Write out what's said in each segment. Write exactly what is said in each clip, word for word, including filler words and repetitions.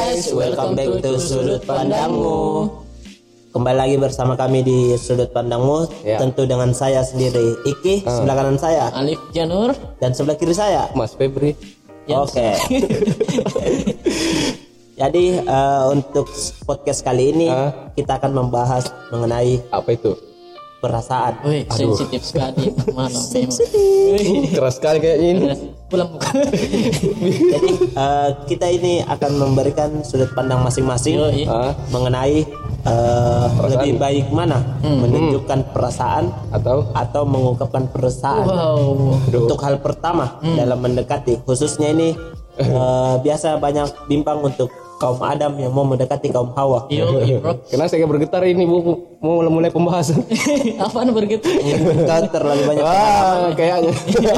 guys, welcome back to Sudut Pandangmu. Kembali lagi bersama kami di Sudut Pandangmu, ya. Tentu dengan saya sendiri Iki, uh. sebelah kanan saya Alif Janur, dan sebelah kiri saya Mas Febri. Oke. Okay. Jadi uh, untuk podcast kali ini uh. kita akan membahas mengenai apa itu? Perasaan. Wih, sensitif sekali malam. Sensitif. Keras sekali kayaknya ini. Pulang bukan. Jadi uh, kita ini akan memberikan sudut pandang masing-masing Yo, iya. uh, mengenai uh, lebih baik mana hmm. menunjukkan perasaan atau atau mengungkapkan perasaan. Wow. Untuk hal pertama hmm. dalam mendekati, khususnya ini uh, biasa banyak bimbang untuk kaum Adam yang mau mendekati kaum Hawa. Yo, iya, bro. Kenapa saya bergetar ini bu, mau mulai pembahasan? Apaan bergetar? Kan terlalu banyak. Ah, kayaknya.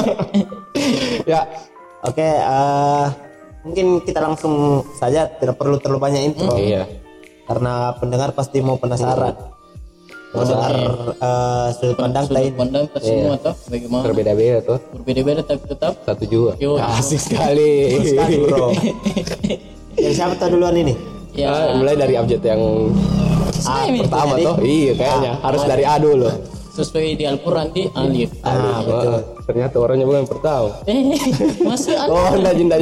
Ya, oke. Okay, uh, mungkin kita langsung saja, tidak perlu terlalu banyak intro. Hmm. Iya. Karena pendengar pasti mau penasaran. Mau dengar uh, sudut pandang lain. Sudut pandang ke semua toh, bagaimana? Berbeda-beda tuh. Berbeda-beda tapi tetap satu juga. Yo, asik sekali. Asik sekali, bro. Jadi siapa tahu duluan ini? Ya, nah, mulai dari abjad yang A pertama jadi, toh. Iya kayaknya A, harus A, dari A dulu. Sesuai di Al-Quran di Alif. Ah, betul. Oh, ternyata orangnya bukan pertama. Eh, masuk Alif. Oh, enggak jinda.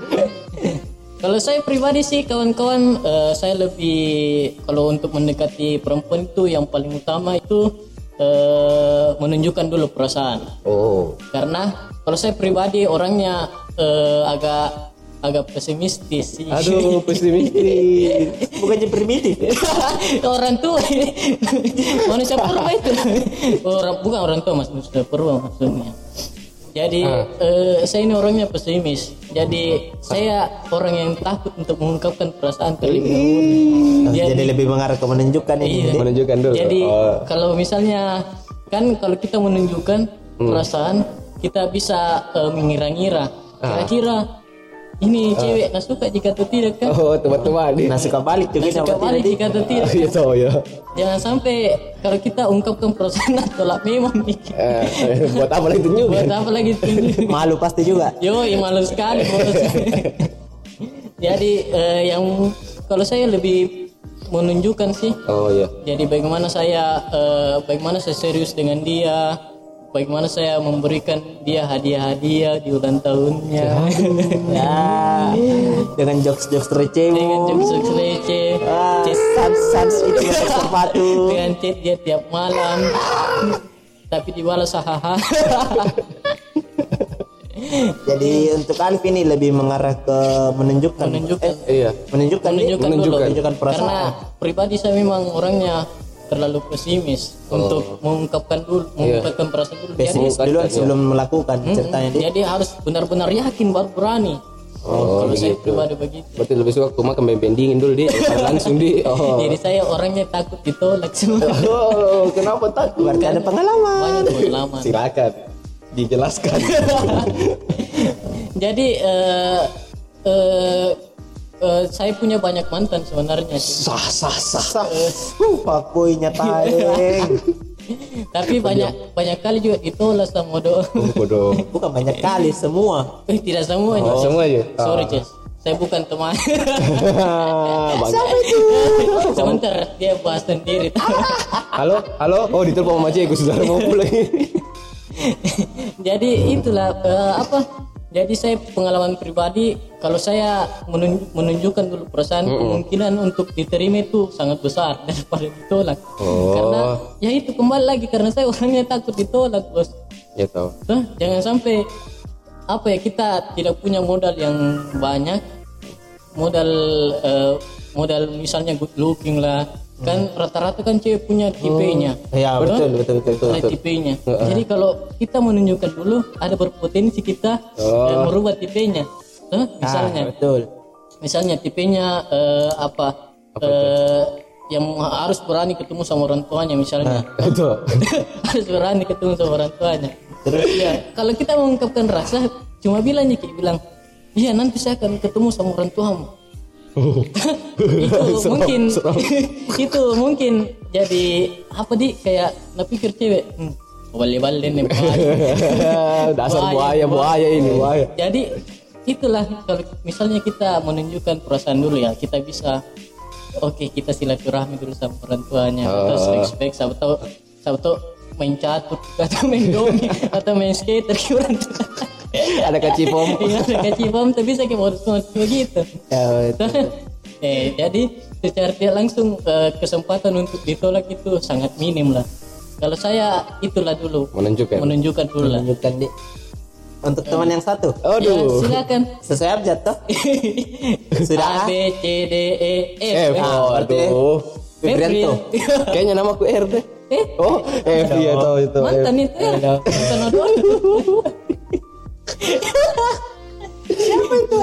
Kalau saya pribadi sih kawan-kawan, uh, saya lebih kalau untuk mendekati perempuan itu yang paling utama itu uh, menunjukkan dulu perasaan. Oh. Karena kalau saya pribadi orangnya uh, agak agak pesimistis sih. Aduh, pesimistis. Bukannya primitif. Orang tua. Manusia purba itu. Orang bukan orang tua, manusia purba maksudnya. Jadi ah. uh, saya ini orangnya pesimis. Jadi saya orang yang takut untuk mengungkapkan perasaan terlebih dahulu. Jadi, jadi lebih mengarah ke menunjukkan ini. Iya. Menunjukkan dulu. Jadi oh. kalau misalnya kan kalau kita menunjukkan hmm. perasaan, kita bisa uh, mengira-ngira. Kira-kira ini cewek nak suka jika atau tidak kan? Oh, teman-teman. Nah, suka balik juga suka balik jika atau tidak. Iya tahu ya. Jangan sampai kalau kita ungkapkan perasaan tolak memang nih. Eh, buat apa lagi tunjuk? Buat apa lagi tunjuk? Malu pasti juga. Yo, ya malu sekali bos. Jadi eh, yang kalau saya lebih menunjukkan sih. Oh iya. Jadi bagaimana saya eh, bagaimana saya serius dengan dia. Bagaimana saya memberikan dia hadiah-hadiah di ulang tahunnya. Ya, dengan jokes-jokes receh. Dengan jokes-jokes receh. Ah, sans-sans itu sepatu. Dengan chat dia tiap malam. Tapi dibalas hahaha. Jadi untuk Alif ini lebih mengarah ke menunjukkan. Menunjukkan. Eh, iya. Menunjukkan. Menunjukkan, menunjukkan, dulu. menunjukkan perasaan. Karena pribadi saya memang orangnya terlalu pesimis oh. untuk mengungkapkan dulu, mengungkapkan yeah. perasaan dulu. Pesimis jadi, duluan sebelum melakukan hmm, ceritanya dia. Jadi harus benar-benar yakin baru berani. Oh, kalau gitu. Saya pribadi begitu. Berarti lebih suka cuma kembang dingin dulu di langsung di. Oh. Jadi saya orangnya takut ditolak semua. Oh, kenapa takut? Berarti ada pengalaman. Banyak pengalaman. Silakan dijelaskan. Jadi eh uh, uh, Uh, saya punya banyak mantan sebenarnya. Sah sah sah. Uh, pakuinya taeng. Tapi banyak banyak kali juga ditolak sama doa. Bodoh. Bukan banyak kali, semua. Eh, tidak semuanya. Oh, semua aja. Sorry, Jess. Saya bukan teman. Siapa itu? Sebentar, dia bahas sendiri. Halo, halo. Oh, ditelepon sama Cik, sudah mau pulang. Jadi itulah uh, apa? Jadi saya pengalaman pribadi, kalau saya menunjukkan dulu perasaan, mm-hmm. kemungkinan untuk diterima itu sangat besar daripada ditolak. Oh. Karena ya itu kembali lagi karena saya orangnya takut ditolak, bos. Ya tahu. Tuh, jangan sampai apa ya kita tidak punya modal yang banyak, modal uh, modal misalnya good looking lah. Kan rata-rata kan cewek punya tipenya. Oh, ya betul, betul betul betul. Ada tipenya. Uh-huh. Jadi kalau kita menunjukkan dulu ada berpotensi kita oh. eh, merubah tipenya. Huh? Misalnya. Ah, betul. Misalnya tipenya eh, apa? apa eh, yang harus berani ketemu sama orang tuanya misalnya. Nah, itu. Harus berani ketemu sama orang tuanya. Terus ya, kalau kita mengungkapkan rasa cuma bilang aja kayak bilang, "Iya, nanti saya akan ketemu sama orang tuamu." itu serang, mungkin serang. Itu mungkin jadi apa di kayak napikir cewek hmm, balik-balik nih dasar buaya buaya ini buaya jadi itulah kalau misalnya kita menunjukkan perasaan dulu ya, kita bisa oke okay, kita silaturahmi dulu sama orang tuanya uh. atau spek-spek sama tahu sama tahu main catur atau main domi atau main skater kurang ada kacipom iya ada kacipom tapi saya kayak modus-modus begitu Ya, betul. eh jadi secara tidak langsung eh, kesempatan untuk ditolak itu sangat minim lah. Kalau saya itulah dulu menunjukkan menunjukkan dulu lah. Menunjukkan di untuk teman yang satu. Ya, aduh silakan. Sesuai abjad toh. Sudah A B C D E F. F Ah, aduh Febrianto. kayaknya nama aku R deh. Eh, Oh, F iya tahu itu. mantan itu ya. Mantan odol. Siapa itu?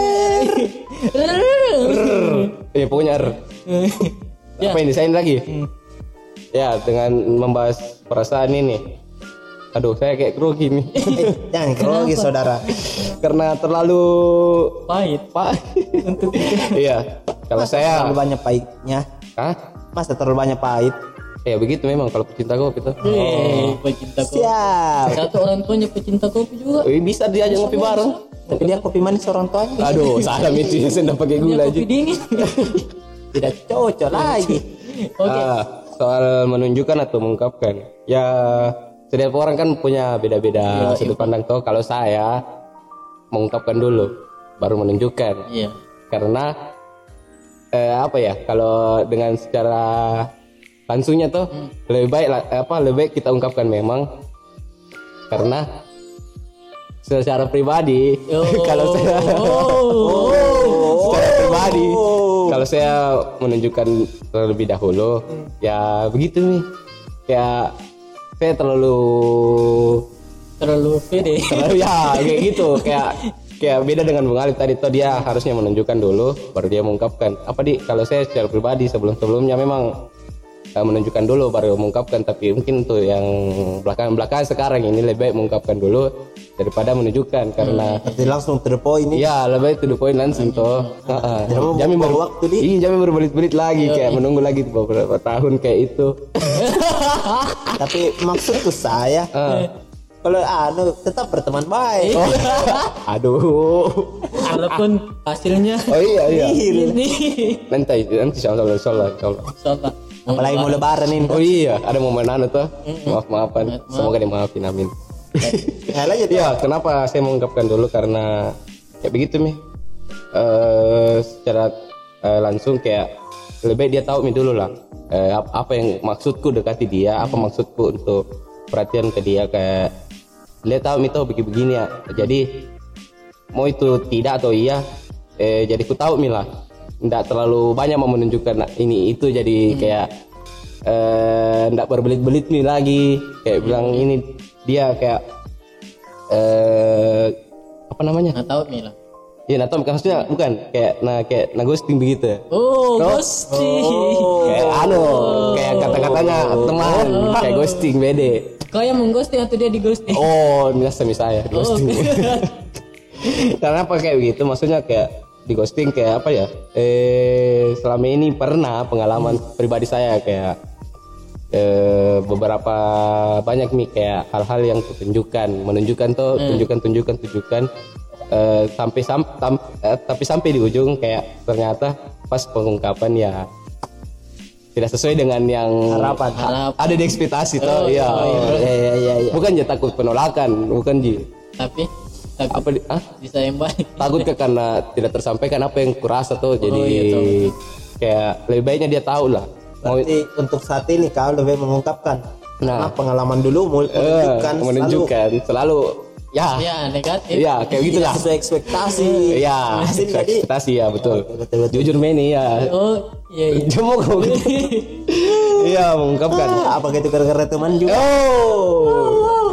Iya pokoknya R. Ya. Apa yang desain lagi? Ya dengan membahas perasaan ini. Aduh saya kayak grogi nih. Eh, jangan grogi saudara. Karena terlalu Pahit. pak. Untuk itu. Iya. Kalau saya, Terlalu banyak pahitnya. Hah? Masa terlalu banyak pahit? Ya begitu memang kalau pecinta kopi tuh. Eh, pecinta kopi. Siap. Satu orang tuanya pecinta kopi juga. Eh, bisa diajak ngopi bareng. Tapi dia kopi manis orang tuanya. Aduh, salah itu ya, saya nggak pakai Dia gula aja. kopi dingin. Tidak cocok lagi. Oke. Ah, soal menunjukkan atau mengungkapkan. Ya, setiap orang kan punya beda-beda sudut pandang toh. Kalau saya mengungkapkan dulu, baru menunjukkan. Iya. Karena eh, apa ya? Kalau dengan secara langsungnya tuh Hmm. lebih baik lah, apa lebih baik kita ungkapkan memang karena secara pribadi Oh. kalau saya Oh. secara pribadi kalau saya menunjukkan terlebih dahulu ya begitu nih kayak saya terlalu Terlalu pede. terlalu ya kayak gitu kayak kayak beda dengan Bung Alif tadi tuh dia harusnya menunjukkan dulu baru dia mengungkapkan apa di kalau saya secara pribadi sebelum sebelumnya memang uh, menunjukkan dulu baru mengungkapkan tapi mungkin tuh yang belakang belakang sekarang ini lebih baik mengungkapkan dulu daripada menunjukkan karena Jadi langsung to the point ini. iya lebih baik to the point langsung tuh Heeh. Jangan Jangan buang ber- waktu, Di. iya jangan berbelit-belit lagi kayak menunggu lagi beberapa tahun kayak itu Tapi maksudku saya kalau anu tetap berteman baik. oh. aduh Walaupun hasilnya oh iya iya ini. nanti nanti insyaallah insyaallah insyaallah Salah. Apalagi mau lebaran ini. oh iya ada momen anu tuh maaf maafan semoga dimaafin amin Ya lanjut. ya kenapa saya mengungkapkan dulu karena kayak begitu nih eh secara eh, langsung kayak lebih baik dia tahu nih dulu lah eh, ap- apa yang maksudku dekati dia apa maksudku untuk perhatian ke dia kayak dia tahu itu begini-begini ya jadi mau itu tidak atau iya eh, jadi ku tahu milah nggak terlalu banyak mau menunjukkan ini itu jadi kayak eh, nggak berbelit-belit nih lagi kayak bilang ini dia kayak eh, apa namanya Nggak tahu nih lah. ya nah tahu maksudnya bukan kayak nah kayak nah ghosting begitu Oh, Toh? ghosting. kayak anu kayak kata-katanya teman kayak ghosting bede Kau yang mengghosting atau dia di ghosting? oh biasa misalnya di ghosting karena apa kayak begitu maksudnya kayak di ghosting kayak apa ya eh selama ini pernah pengalaman pribadi saya kayak eh, beberapa banyak nih kayak hal-hal yang kutunjukkan menunjukkan tuh tunjukkan tunjukkan tunjukkan eh, sampai sam, tam, eh, tapi sampai di ujung kayak ternyata pas pengungkapan ya tidak sesuai dengan yang Harapan. Harap. ada di ekspektasi Oh, tuh ya oh, iya. Ya ya ya ya. bukan ya takut penolakan bukan ji Tapi tapi apa di, ah? bisa yang baik. takut ke karena tidak tersampaikan apa yang kurasa tuh jadi iya, tahu. kayak lebih baiknya dia tahu lah mau Berarti untuk saat ini kau lebih mengungkapkan. Nah. Nah, pengalaman dulu mau eh, menunjukkan menunjukkan selalu, ya Ya negatif. ya kayak gitulah sesuai ekspektasi. ya Hasil tadi. ekspektasi ya betul Betul, betul, betul. jujur Meni ya Oh iya iya. cuma kamu gitu iya mengungkapkan Ah, apa gitu gara-gara teman juga. oh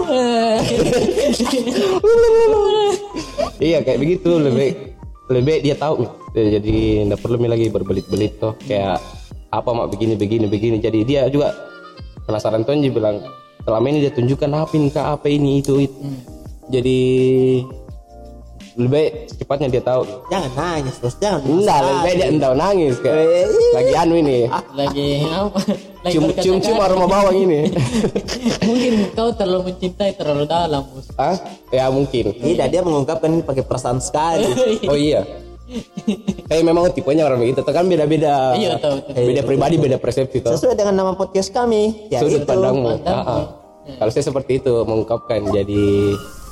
iya kayak begitu lebih lebih dia tahu Ya, jadi nggak perlu mi lagi berbelit-belit toh kayak apa mak begini begini begini jadi dia juga penasaran tuh dia bilang selama ini dia tunjukkan apa ini kak apa ini itu, itu. jadi lebih baik secepatnya dia tahu. Jangan nangis terus, jangan. Enggak, lebih baik dia enggak nangis kayak lagi anu ini. Lagi apa? Lagi Cium cium cium aroma bawang ini. Mungkin kau terlalu mencintai terlalu dalam, Bos. Ah, ya mungkin. Tidak, dia mengungkapkan ini pakai perasaan sekali. Oh iya. Kayak memang tipenya orang begitu, kan beda-beda. Iya, tahu. Beda pribadi, beda persepsi toh. Sesuai dengan nama podcast kami, ya Sudut itu. pandangmu. Ah, ah. Kalau saya seperti itu mengungkapkan, jadi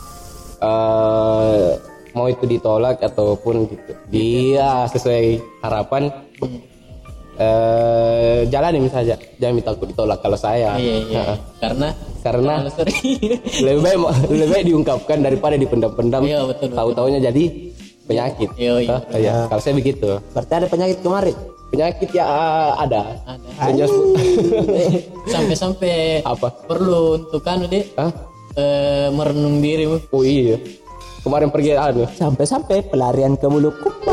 uh, mau itu ditolak ataupun gitu, dia sesuai harapan, uh, jalanin saja, jangan minta aku ditolak kalau saya. Iya, iya. Ah, ah. Karena karena terlalu sering. lebih baik lebih baik diungkapkan daripada dipendam-pendam. Iya, betul, betul. Tahu-taunya jadi penyakit. Iya, iya. Ah, iya. Kalau saya begitu. Berarti ada penyakit kemarin. Penyakit ya ada. Ada. Penjas- Sampai-sampai Apa? perlu untuk anu deh Hah? eh, merenung diri. Bu. Oh iya. Kemarin pergi anu. Sampai-sampai pelarian ke bulu kumba.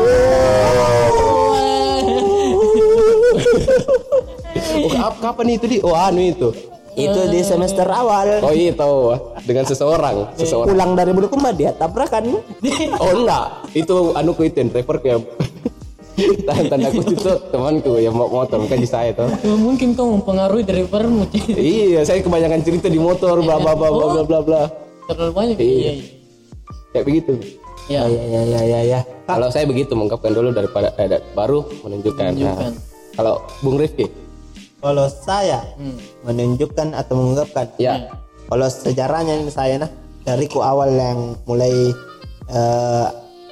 Oh, ap- kapan itu di? Oh anu itu. Itu di semester awal. Oh iya tahu dengan seseorang, seseorang. Pulang dari bulu kumba dia tabrakan. Oh enggak, itu anuku itu yang driver ya. Tahan tanda kutip itu temanku yang mau motor bukan di saya tuh. Ya, mungkin kau mempengaruhi drivermu. Iya, saya kebanyakan cerita di motor bla bla bla bla bla bla bla. Terlalu banyak. Iya. Iya. iya. Kayak begitu. Ya. Ya ya ya ya ya. Kalau saya begitu mengungkapkan dulu daripada eh, da- baru menunjukkan. Menunjukkan. Nah, kalau Bung Rifki, Kalau saya Hmm. menunjukkan atau mengungkapkan, ya. kalau sejarahnya ini saya nah dari ku awal yang mulai eh,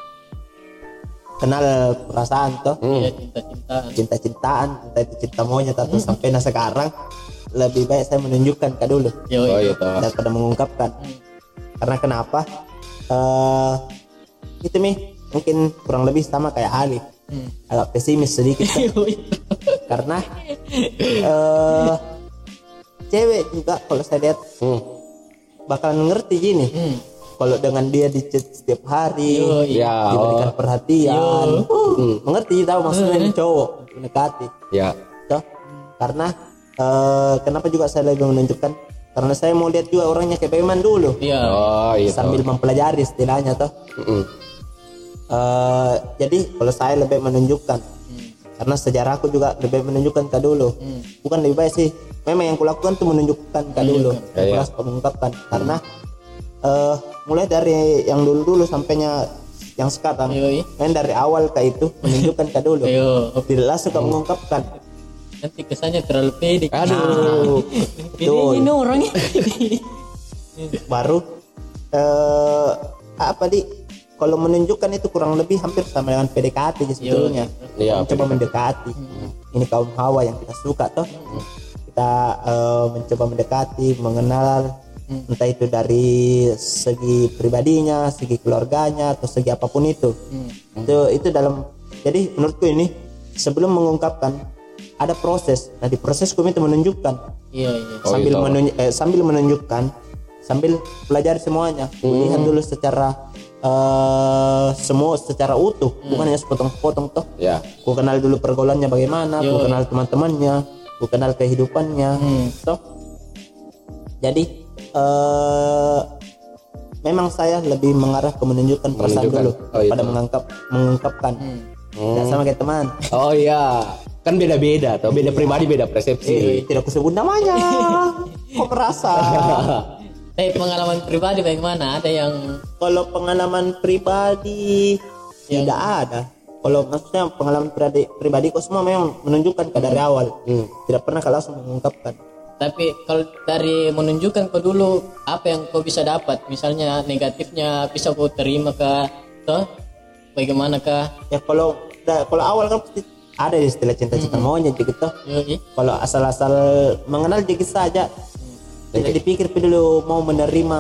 kenal perasaan toh, Hmm. Iya, cinta-cintaan. cinta-cintaan, entah itu cinta monyet atau sampai nah sekarang, lebih baik saya menunjukkan ke dulu Yo, Oh iya. iya tahu. daripada mengungkapkan. Hmm. Karena kenapa? Eh itu nih mungkin kurang lebih sama kayak Ali, Hmm. agak pesimis sedikit kan? Yo, iya. Karena eh cewek juga kalau saya lihat Hmm. bakalan ngerti gini. Hmm. Kalau dengan dia di chat setiap hari, Yo, iya. Ya, diberikan oh, perhatian, uh, Hmm. mengerti tahu maksudnya ini cowok mendekati, ya. toh. Karena eh, kenapa juga saya lebih menunjukkan? Karena saya mau lihat juga orangnya kayak bagaimana dulu, Iya. Oh iya tahu. sambil mempelajari istilahnya toh. Mm-mm. Eh, jadi kalau saya lebih menunjukkan, Hmm. karena sejarahku juga lebih menunjukkan ke dulu. Hmm. Bukan lebih baik sih, memang yang kulakukan tuh menunjukkan ke dulu, Ya, ya. kelas mengungkapkan. Karena eh, mulai dari yang dulu-dulu sampainya yang sekarang, Yoi. main dari awal ke itu menunjukkan ke dulu, Ayo. tidak langsung ke mengungkapkan. Nanti kesannya terlalu pede. Aduh. Pedenya ini orangnya. Baru eh, apa di? Kalau menunjukkan itu kurang lebih hampir sama dengan P D K T sebetulnya. Iya, Mencoba mendekati. Ini kaum hawa yang kita suka toh. Kita eh, mencoba mendekati, mengenal, entah itu dari segi pribadinya, segi keluarganya, atau segi apapun itu. Itu itu dalam. Jadi menurutku ini sebelum mengungkapkan ada proses. Nah di prosesku itu menunjukkan Iya, iya. Oh, sambil gitu. menunj- eh, sambil menunjukkan, sambil pelajari semuanya, lihat dulu secara eh, semua secara utuh, bukan hanya sepotong-potong toh. Ya. Ku kenal dulu pergaulannya bagaimana, ku Yo. kenal teman-temannya, ku kenal kehidupannya, Hmm. toh. Jadi eh, memang saya lebih mengarah ke menunjukkan perasaan Menunjukkan. dulu Oh, pada itu. mengungkap mengungkapkan. Tidak sama kayak teman. Oh iya. Kan beda-beda atau beda pribadi beda Eh, persepsi. tidak kusebut namanya. Kok merasa? Tapi pengalaman pribadi bagaimana? Ada yang Kalau pengalaman pribadi tidak ada. Kalau maksudnya pengalaman pribadi, pribadi kok semua memang menunjukkan ke dari awal. Hmm. Tidak pernah kalau langsung mengungkapkan. tapi kalau dari menunjukkan kau dulu apa yang kau bisa dapat, misalnya negatifnya bisa kau terima kah, toh bagaimana kah? Ya kalau da- kalau awal kan pasti ada istilah cinta-cinta monyet gitu. Yoi. Kalau asal-asal mengenal dikit saja, tidak dipikir dulu mau menerima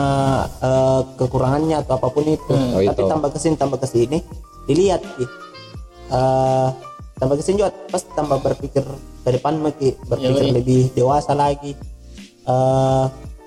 eh, kekurangannya atau apapun itu. Oh, Tapi itu. tambah kesini tambah kesini dilihat sih. Eh, tambah kesini juga pasti tambah berpikir ke depan Maki, berpikir Yoi. lebih dewasa lagi. Eh,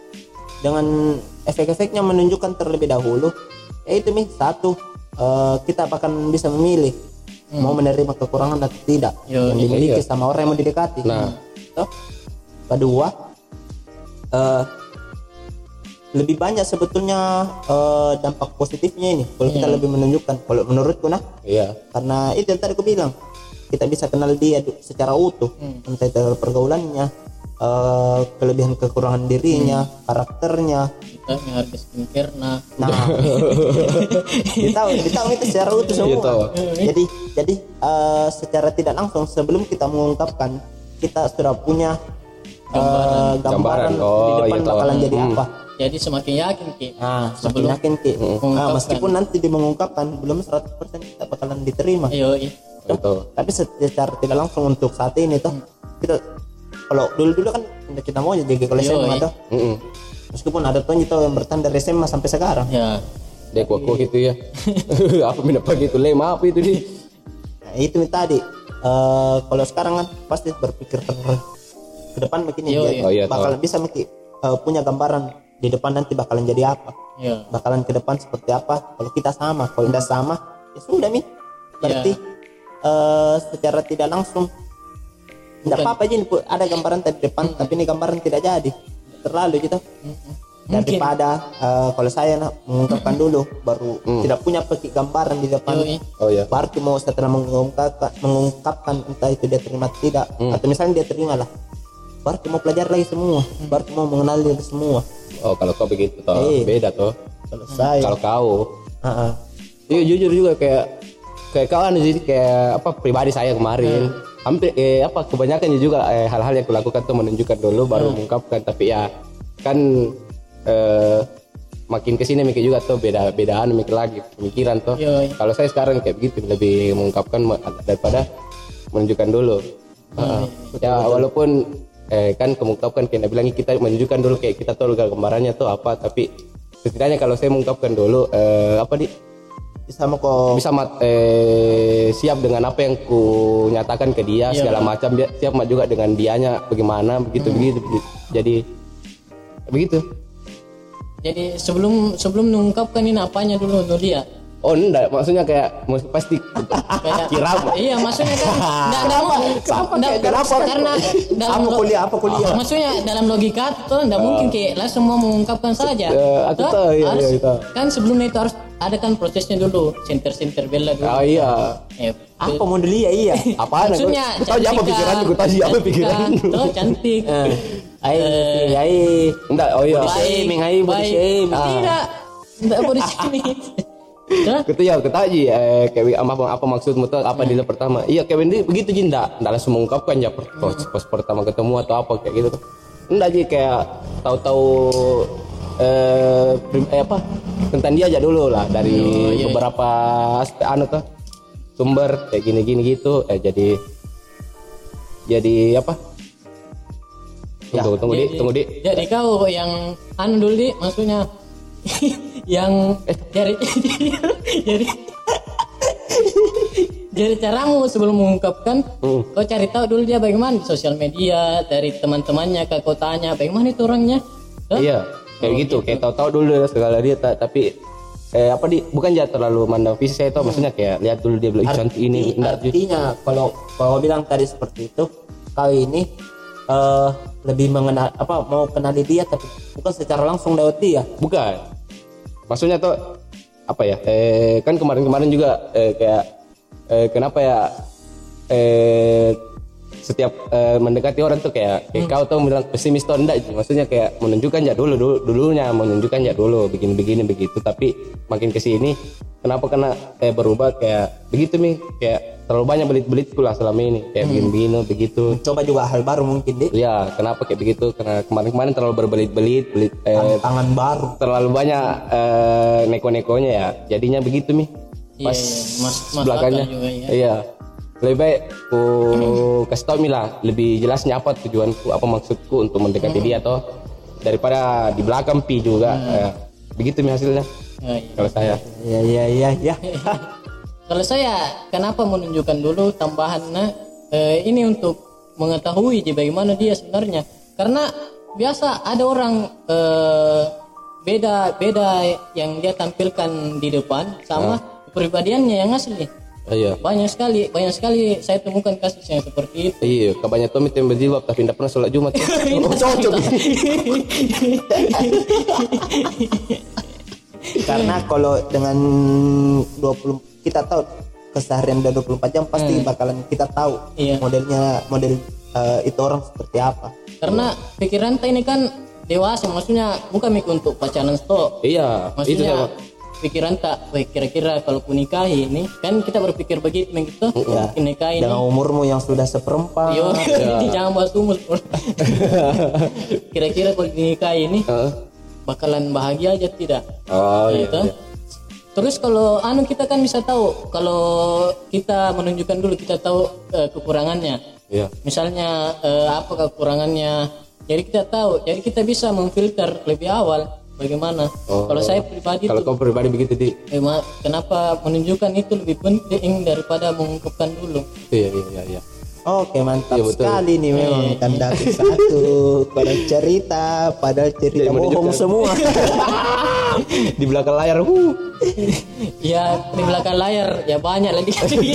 dengan efek-efeknya menunjukkan terlebih dahulu. Ya itu nih satu, eh, kita akan bisa memilih mau menerima kekurangan atau tidak Yo, yang dimiliki iya. sama orang yang mau didekati. Nah. Toh? Kedua, eh, lebih banyak sebetulnya eh, dampak positifnya ini kalau kita lebih menunjukkan kalau menurutku nah Iya. karena itu yang tadi aku bilang kita bisa kenal dia du- secara utuh Hmm. entah itu pergaulannya eh, kelebihan kekurangan dirinya karakternya Kita menghargai skincare nah. nah ditahu ditahu itu secara utuh semua Iya, tahu. jadi jadi eh, secara tidak langsung sebelum kita mengungkapkan kita sudah punya eh, gambaran, Gambaran. di Oh, depan iya, tahu. bakalan jadi Hmm. apa. Jadi semakin yakin Ki. Nah, Sebelum- sebelum yakin Ki. Ah, Mengungkapkan. meskipun nanti di mengungkapkan belum seratus persen kita bakalan diterima. Ayo, iya. Betul. Tapi secara tidak langsung untuk saat ini tuh kita kalau dulu-dulu kan udah kita mau jadi kalau Iya, S M A iya. tuh. Mm-mm. Meskipun ada tuh itu yang bertahan dari S M A sampai sekarang. Ya. Dia kuat-kuat gitu ya. Apa minta pagi itu lem apa itu nih? Nah, itu nih tadi eh, kalau sekarang kan pasti berpikir ke, ke depan begini Iya, dia iya. Oh, iya, bakalan bisa Miki, eh, punya gambaran di depan nanti bakalan jadi apa. Ya. Bakalan ke depan seperti apa kalau kita sama kalau tidak sama ya sudah Mi berarti eh, secara tidak langsung tidak Bukan. apa-apa aja nih, Bu. Ada gambaran tadi depan tapi ini gambaran tidak jadi terlalu gitu daripada eh, kalau saya nak mengungkapkan dulu baru tidak punya peki gambaran di depan Yoi. Oh ya. berarti mau setelah mengungkapkan mengungkapkan entah itu dia terima atau tidak atau misalnya dia terima lah berarti mau belajar lagi semua berarti mau mengenal diri semua. Oh kalau kau begitu toh Iya. beda toh. Kalau saya Kalau kau, ah, ah. iya jujur juga kayak kayak kau kan jadi kayak apa pribadi saya kemarin hampir eh, apa kebanyakan juga eh, hal-hal yang kulakukan tuh menunjukkan dulu baru mengungkapkan tapi ya kan eh, makin kesini mikir juga tuh beda bedaan mikir lagi pemikiran tuh. Iya, iya. Kalau saya sekarang kayak begitu lebih mengungkapkan me- daripada menunjukkan dulu. Ah, ya walaupun eh, kan mengungkapkan kayak bilang kita menunjukkan dulu kayak kita tahu gambarannya tuh apa tapi setidaknya kalau saya mengungkapkan dulu eh, apa di sama kok bisa mat, eh, siap dengan apa yang ku nyatakan ke dia Iya, segala macam dia siap mat juga dengan dianya bagaimana begitu begitu, begitu. Jadi begitu. Jadi sebelum sebelum mengungkapkan ini apanya dulu untuk dia. Oh enggak maksudnya kayak mus- pasti Kayak kira Iya, maksudnya kan enggak enggak mau. Enggak kenapa? karena dalam Apa lo- kuliah, apa kuliah? Maksudnya dalam logika tuh enggak mungkin kayak langsung mau mengungkapkan saja. Eh, aku Tuh, tahu, iya, harus- iya, tahu. Kan sebelumnya itu harus ada kan prosesnya dulu, center-center bela dulu. oh iya Eh, apa mau dulu iya iya apaan aku Maksudnya aku tahu apa pikiran aku tahu siapa cantika, pikiran tuh cantik. ai ai enggak oh iya Body shaming, ai, body baik. shaming. Tidak, tidak body shaming. Hah? Gitu ya, kita aja eh, kayak apa, apa maksudmu tuh apa dulu pertama? Iya kayak ini begitu Ji, enggak, enggak langsung mengungkapkan ya per- pas, pas pertama ketemu atau apa kayak gitu tuh. Enggak Ji kayak tahu-tahu eh, prim- eh apa tentang dia aja dulu lah dari beberapa aspek anu tuh sumber kayak gini-gini gitu eh jadi jadi apa? Tunggu tunggu di Jadi- tunggu di Jadi kau yang anu dulu di, maksudnya yang eh jadi jadi jadi caramu sebelum mengungkapkan, Hmm. kau cari tahu dulu dia bagaimana di sosial media, dari teman-temannya, ke kau tanya bagaimana itu orangnya. Hah? Iya, kayak gitu. Kayak tahu-tahu dulu ya segala dia ta- tapi eh apa di bukan jangan terlalu mandang fisik saya tahu maksudnya kayak lihat dulu dia bilang "Ih, cantik ini Arti- enggak Ji." artinya kalau kalau bilang tadi seperti itu kau ini eh, lebih mengenal apa mau kenali dia tapi bukan secara langsung lewat dia. bukan. Maksudnya tuh apa ya? Eh kan kemarin-kemarin juga eh, kayak eh, kenapa ya eh setiap eh, mendekati orang tuh kayak, kayak kau tuh bilang pesimis tuh enggak Ji. Maksudnya kayak menunjukkan ya dulu dulu dulunya menunjukkan ya dulu begini-begini begitu tapi makin ke sini kenapa kena eh, berubah kayak begitu nih kayak terlalu banyak belit-belitku lah selama ini kayak begini-begini begitu. Coba juga hal baru mungkin deh. Ya kenapa kayak begitu karena kemarin-kemarin terlalu berbelit-belit belit eh, Tangan baru. terlalu banyak eh, neko-nekonya ya jadinya begitu nih Iya, pas iya. Mas, mas belakangnya akal juga ya. iya lebih baik ku kasih tau Mila lebih jelasnya apa tujuanku apa maksudku untuk mendekati dia toh daripada di belakang pi juga Eh, begitu nih hasilnya Ya, iya. kalau saya Iya iya iya iya. Kalau saya kenapa menunjukkan dulu tambahannya eh, ini untuk mengetahui di bagaimana dia sebenarnya. Karena biasa ada orang eh, beda beda yang dia tampilkan di depan sama kepribadiannya yang asli. Oh, iya Banyak sekali, banyak sekali saya temukan kasus yang seperti itu. iya kebanyakan Tommy yang berjilbab tapi tidak pernah sholat Jumat Oh, cocok. Karena kalau dengan dua puluh kita tahu keseharian udah dua puluh empat jam pasti Hmm. bakalan kita tahu Iya. modelnya model eh, itu orang seperti apa. Karena pikiran kita ini kan dewasa, maksudnya bukan mikir untuk pacaran sto. Iya, itu Maksudnya sama. pikiran tak, weh kira-kira kalau ku nikahi ini kan kita berpikir begitu begitu. Ya. Nikahi ini. Dengan umurmu yang sudah seperempat. Yo, jangan bahas umur. Kira-kira kalau dinikahi ini Heeh. bakalan bahagia aja tidak? Oh Nah, iya. itu. iya. Terus kalau anu kita kan bisa tahu kalau kita menunjukkan dulu kita tahu eh, kekurangannya. Iya. Misalnya eh, apa kekurangannya. Jadi kita tahu, jadi kita bisa memfilter lebih awal bagaimana. Oh. Kalau saya pribadi Kalau tuh kau pribadi begitu di. eh, ma- kenapa menunjukkan itu lebih penting daripada mengungkapkan dulu. Iya iya iya. iya. Oke, mantap Iya, betul. sekali nih memang tanda satu. Kalau cerita padahal cerita Iya, bohong menunjukkan. semua. Di belakang layar. Huh. Ya di belakang layar ya banyak lagi.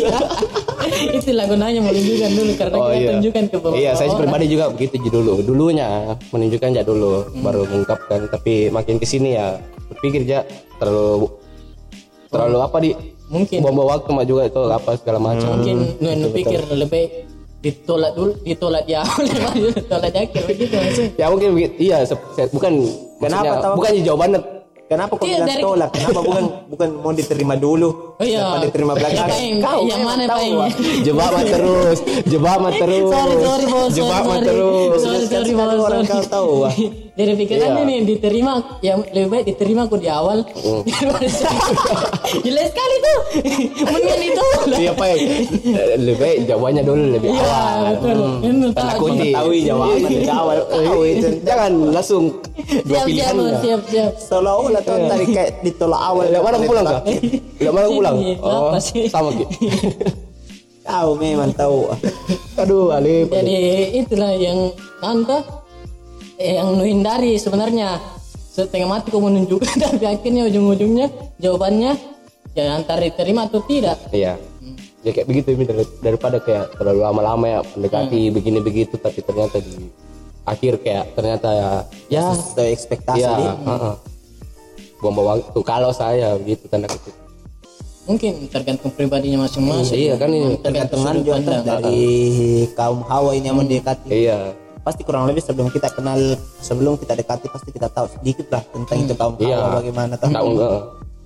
Itulah gunanya menunjukkan dulu karena Oh kita iya. tunjukkan ke beberapa Iya, saya orang. pribadi juga begitu ji dulu. Dulunya menunjukkan aja dulu, baru mengungkapkan. Tapi makin kesini ya berpikir aja terlalu terlalu apa di Mungkin buang waktu mah juga itu apa segala macam. mungkin nu pikir lebih ditolak dulu, ditolak di awal, ditolak di akhir begitu langsung. Ya mungkin begitu. Iya, se- se- bukan Kenapa maksudnya, tahu? bukan jawabannya. Kenapa kau Iya, bilang dari- tolak? Kenapa bukan bukan mau diterima dulu? Oh iya. Kenapa diterima belakangan? Ya, Peng. Kau Yang memang mana, tahu, Peng? Wak. Jebak mah terus, jebak mah terus. Sorry sorry bos, sorry Jebak mah sorry. terus. Sorry sorry Sekali bos. orang sorry. kau tahu, Wak. Dari pikirannya Iya. nih diterima, yang lebih baik diterima aku di awal. Daripada saya. Jelas sekali tuh. Mendingan itu. Iya, Pak. Lebih baik jawabannya dulu lebih Iya awal. betul. Ini tahu. Takuti. Mengetahui jawaban dari awal. Tahu itu. Jangan langsung dua Siap siap pilihan. bos, siap siap. Seolah-olah tuh tadi kayak ditolak awal. Lihat mana pulang kah? Lihat mana pulang? Sini, Oh, apa sih? sama Ki. Tahu memang tahu. Aduh, Alif. Jadi itulah yang anta eh, yang lu hindari sebenarnya. Setengah mati kau menunjukkan tapi akhirnya ujung-ujungnya jawabannya ya antara diterima atau tidak. Iya. Ya kayak begitu ini dar- daripada kayak terlalu lama-lama ya mendekati begini begitu tapi ternyata di akhir kayak ternyata ya ya Sesuai ekspektasi ya dia. heeh. Buang-buang waktu kalau saya begitu tanda kutip. Mungkin tergantung pribadinya masing-masing. Iya kan ini Tergantungan sudut juga pandang. dari kaum hawa ini yang mendekati. iya. Pasti kurang lebih sebelum kita kenal, sebelum kita dekati pasti kita tahu sedikit lah tentang itu kaum Iya. hawa bagaimana tahu. Tahu enggak?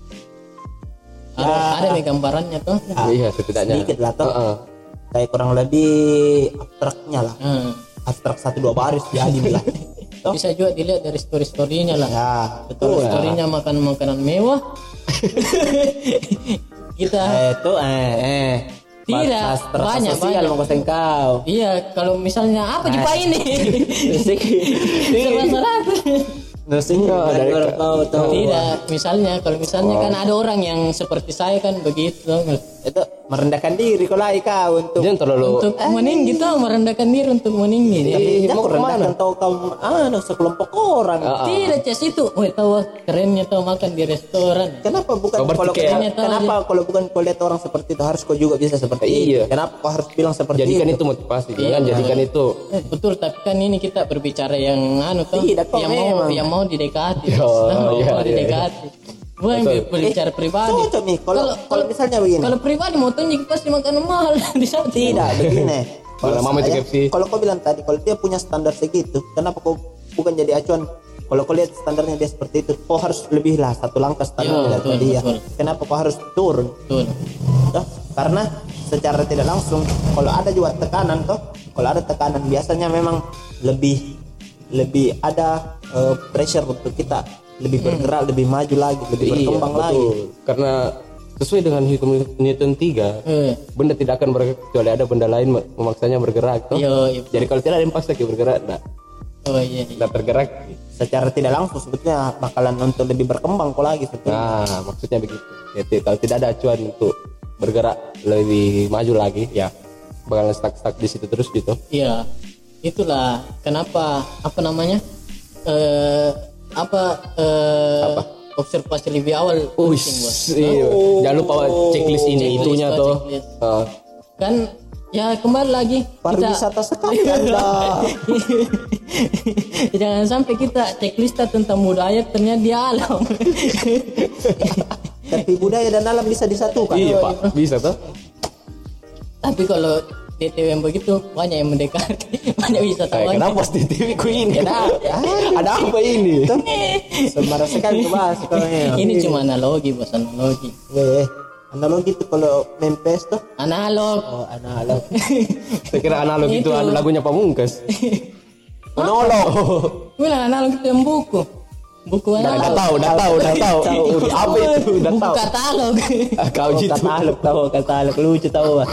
Ada ada nih gambarannya tuh. Iya setidaknya. Sedikit lah toh. Heeh. Kayak kurang lebih abstraknya lah. Hmm. Abstrak satu dua baris jadi lah. Toh? Bisa juga dilihat dari story-storynya lah. Ya, betul. Kalau storynya makan makanan mewah. Kita Eh itu eh eh Tidak, Abstrak banyak, sosial banyak. mau kasih kau. iya kalau misalnya apa jipa ini? Serba salah. Nusin dari orang kau tahu. Tidak, misalnya kalau misalnya kan ada orang yang seperti saya kan begitu Itu merendahkan diri kalau kau untuk Jangan terlalu untuk meninggi tuh merendahkan diri untuk meninggi. Eh, Jangan mau kemana? merendahkan tahu kaum anu sekelompok orang. Ah, ah. Tidak Ces itu, woi tahu kerennya tuh makan di restoran. Kenapa bukan Kau kalau berpikir. kenapa, kenapa kalau bukan kau lihat orang seperti itu harus kau juga bisa seperti Iya. itu? Kenapa kau harus bilang seperti Jadikan itu? itu motivasi, jangan jadikan itu. Eh, betul, tapi kan ini kita berbicara yang anu tuh, Tidak, kok yang mau memang. yang mau didekati, Oh, Nah, iya, mau iya, didekati. Bukan Betul. berbicara pribadi. Cocok nih kalau kalau misalnya begini. Kalau pribadi mau tunjuk pasti makan mahal di sana. Tidak begini. Kalau mama itu saya- K F C. Kalau kau bilang tadi kalau dia punya standar segitu, kenapa kau bukan jadi acuan? Kalau kau lihat standarnya dia seperti itu, kau harus lebih lah satu langkah standar Iya, dari betul, dia. betul. Kenapa kau harus turun? Betul. Toh? Karena secara tidak langsung kalau ada juga tekanan toh, kalau ada tekanan biasanya memang lebih lebih ada eh, pressure untuk kita lebih bergerak, lebih maju lagi, lebih berkembang Iya, lagi. betul. Karena sesuai dengan hukum Newton tiga, Eh, benda tidak akan bergerak kecuali ada benda lain mem- memaksanya bergerak. Toh? iya, iya. Jadi kalau tidak ada yang paksa kita bergerak, nah, Oh iya. iya. tidak tergerak. Secara tidak langsung sebetulnya bakalan untuk lebih berkembang kok lagi sebetulnya. Nah, maksudnya begitu. Jadi kalau tidak ada acuan untuk bergerak lebih maju lagi, ya bakalan stuck-stuck di situ terus gitu. Iya. Itulah kenapa apa namanya? Eh apa eh Apa? observasi lebih awal Uish, penting, Bos. iya. Jangan lupa checklist ini Checklist, itunya Pak, tuh. checklist. Ah, Kan ya kembali lagi kita Pariwisata sekali Anda. Jangan sampai kita checklist tentang budaya ternyata di alam. Tapi budaya dan alam bisa disatukan. Iya Pak, bisa toh. Tapi kalau D T W yang begitu banyak yang mendekati, banyak wisatawan. Eh, kenapa di T V ku ini? Ada, ada apa ini? Sembarang sekali itu bahas kalau Ini cuma analogi, bos, analogi. Eh, analogi itu kalau main P S tuh. Analog. Oh, analog. Saya kira analog itu, Itu. anu lagunya Pamungkas. Monolog. Bilang analog itu yang buku. Buku Udah analog. tahu, udah tahu, udah tahu. Apa itu? Udah Buku tahu. katalog. Ah, Kau Oh, gitu. katalog tahu, katalog lucu tahu, Pak.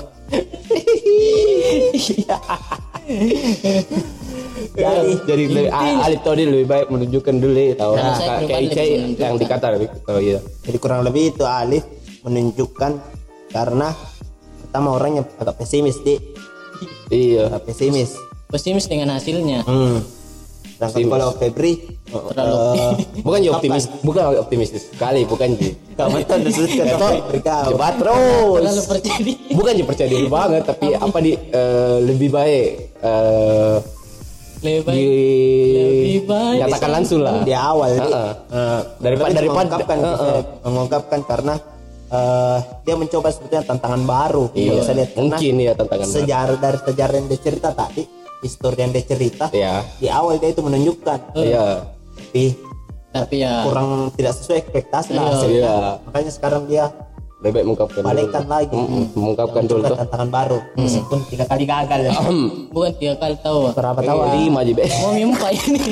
Jadi, jadi lebih, ah, Alif tadi lebih baik menunjukkan dulu, tahu? Nah, saya Kayak pribadi Ica lebih yang menunjukkan. dikata, oh iya. Jadi kurang lebih itu Alif menunjukkan karena pertama orangnya agak pesimis di Iya. agak pesimis. Pesimis dengan hasilnya. Hmm. Sedangkan Pesimis. kalau Febri Terlalu. eh, Bukan ya optimis, bukan optimistis sekali, bukan Ji. kamu tuh disebutkan Itu Febri kau. cepat terus. Terlalu percaya diri. Bukan sih percaya diri banget, tapi apa di eh, lebih baik eh, Lebih baik. di Lebih baik. nyatakan langsung lah. Di awal di, Heeh. eh, Daripada lebih daripada mengungkapkan, heeh. mengungkapkan karena eh, dia mencoba sebetulnya tantangan baru. Iya, Kalau saya lihat karena mungkin ya tantangan baru. sejarah dari sejarah yang dia cerita tadi, histori yang dia cerita, Iya. di awal dia itu menunjukkan, Iya. tapi Tapi ya. kurang tidak sesuai ekspektasi lah Iya. hasilnya. Iya. Makanya sekarang dia Lebih baik mengungkapkan balikkan dulu. lagi, Mm-mm, mengungkapkan dulu mencoba tuh. tantangan baru, meskipun tiga kali gagal ya. Bukan tiga kali tahu. ah. Berapa tahu? ah? Lima aja be. Mau mimpi ini.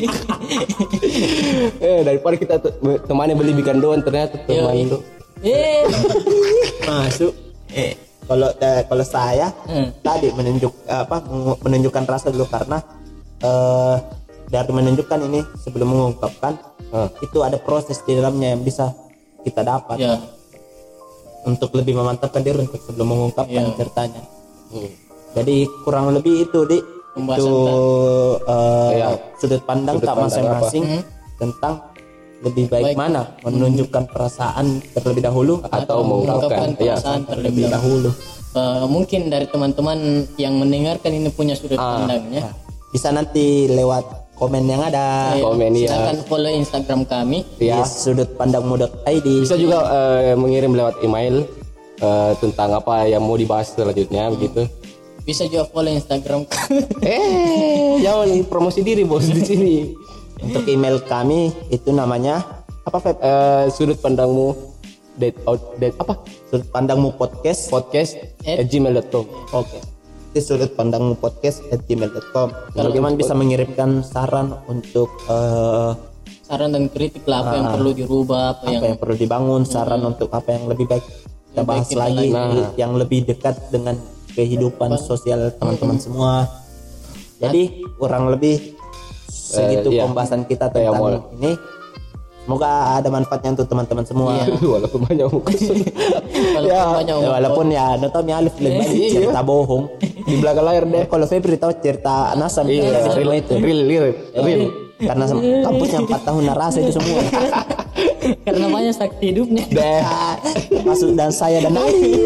Eh daripada kita tuh temannya beli bikin doan ternyata teman Yoi. itu. Eh. Masuk. Eh, kalau eh, kalau saya Hmm. tadi menunjuk apa mengu- menunjukkan rasa dulu karena eh dari menunjukkan ini sebelum mengungkapkan Ah. itu ada proses di dalamnya yang bisa kita dapat Ya. untuk lebih memantapkan diri untuk sebelum mengungkapkan Iya. ceritanya. Hmm. Jadi kurang lebih itu di Pembahasan itu eh, Iya. sudut pandang Sudut tak pandang masing-masing Hmm. tentang lebih baik, Baik. mana menunjukkan perasaan terlebih dahulu Atau mengungkapkan. Iya. perasaan terlebih terlebih dahulu. dahulu. Eh, mungkin dari teman-teman yang mendengarkan ini punya sudut Ah. pandangnya. Bisa nanti lewat komen yang ada Eh, komen, ya. silakan follow Instagram kami. di Ya. sudut pandangmu dot I D. Bisa juga eh, mengirim lewat email eh, tentang apa yang mau dibahas selanjutnya begitu. Bisa juga follow Instagram kami. Eh, jangan promosi diri bos di sini. Untuk email kami itu namanya apa Feb? Eh, sudut pandangmu date out date apa Sudut pandangmu podcast. podcast At- at gmail dot com. Oke. Di sudut pandangmu podcast at gmail dot com. Teman-teman bisa mengirimkan saran untuk eh, Saran dan kritik lah apa yang perlu dirubah, apa, yang apa yang perlu dibangun, saran untuk apa yang lebih baik kita Lebih baik bahas kita lagi, lagi. Nah. yang lebih dekat dengan kehidupan sosial teman-teman semua. Jadi kurang lebih segitu Eh, iya. pembahasan kita Kayak tentang mau- ini. Semoga ada manfaatnya untuk teman-teman semua. Iya. Walaupun banyak muka. walaupun Ya, banyak Ya, walaupun ya, nonton ya Alif lebih banyak Iya. cerita bohong. Di belakang layar deh. Eh, kalau Febri tahu cerita Nasam Iya, semua real itu. real real real. Karena sem- kampusnya empat tahun narasi itu semua. karena banyak sakti hidupnya. Deh. Masuk dan saya dan Ali.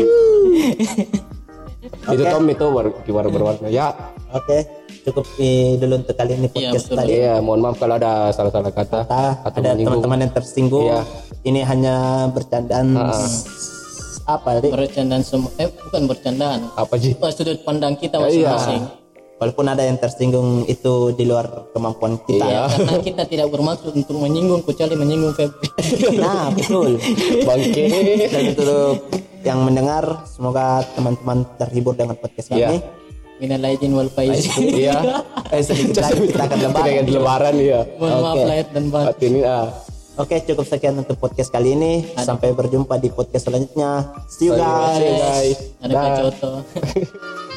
Itu Tom itu baru baru berwarna. Ya, Oke, cukup eh, dulu untuk kali ini Iya, podcast betul. tadi. iya, mohon maaf kalau ada salah-salah kata Kita atau ada menyinggung. teman-teman yang tersinggung. Iya. Ini hanya bercandaan Ah. s- apa Dik? Bercandaan semua eh bukan bercandaan. Apa sih? Oh, sudut pandang kita Iya. masing-masing. Walaupun ada yang tersinggung itu di luar kemampuan kita. Iya. Karena kita tidak bermaksud untuk menyinggung kecuali menyinggung Febri. Nah, betul. Bangke. Dan untuk yang mendengar, semoga teman-teman terhibur dengan podcast Iya. kami. Minal aidin wal faizin. Iya. Eh, sedikit lagi kita akan lebaran. Kita akan lebaran ya. Mohon maaf Oke. lahir dan batin. Hati ini ah. Oke, cukup sekian untuk podcast kali ini. Sampai berjumpa di podcast selanjutnya. See you guys. See you guys. Ada Dah. Kak Coto.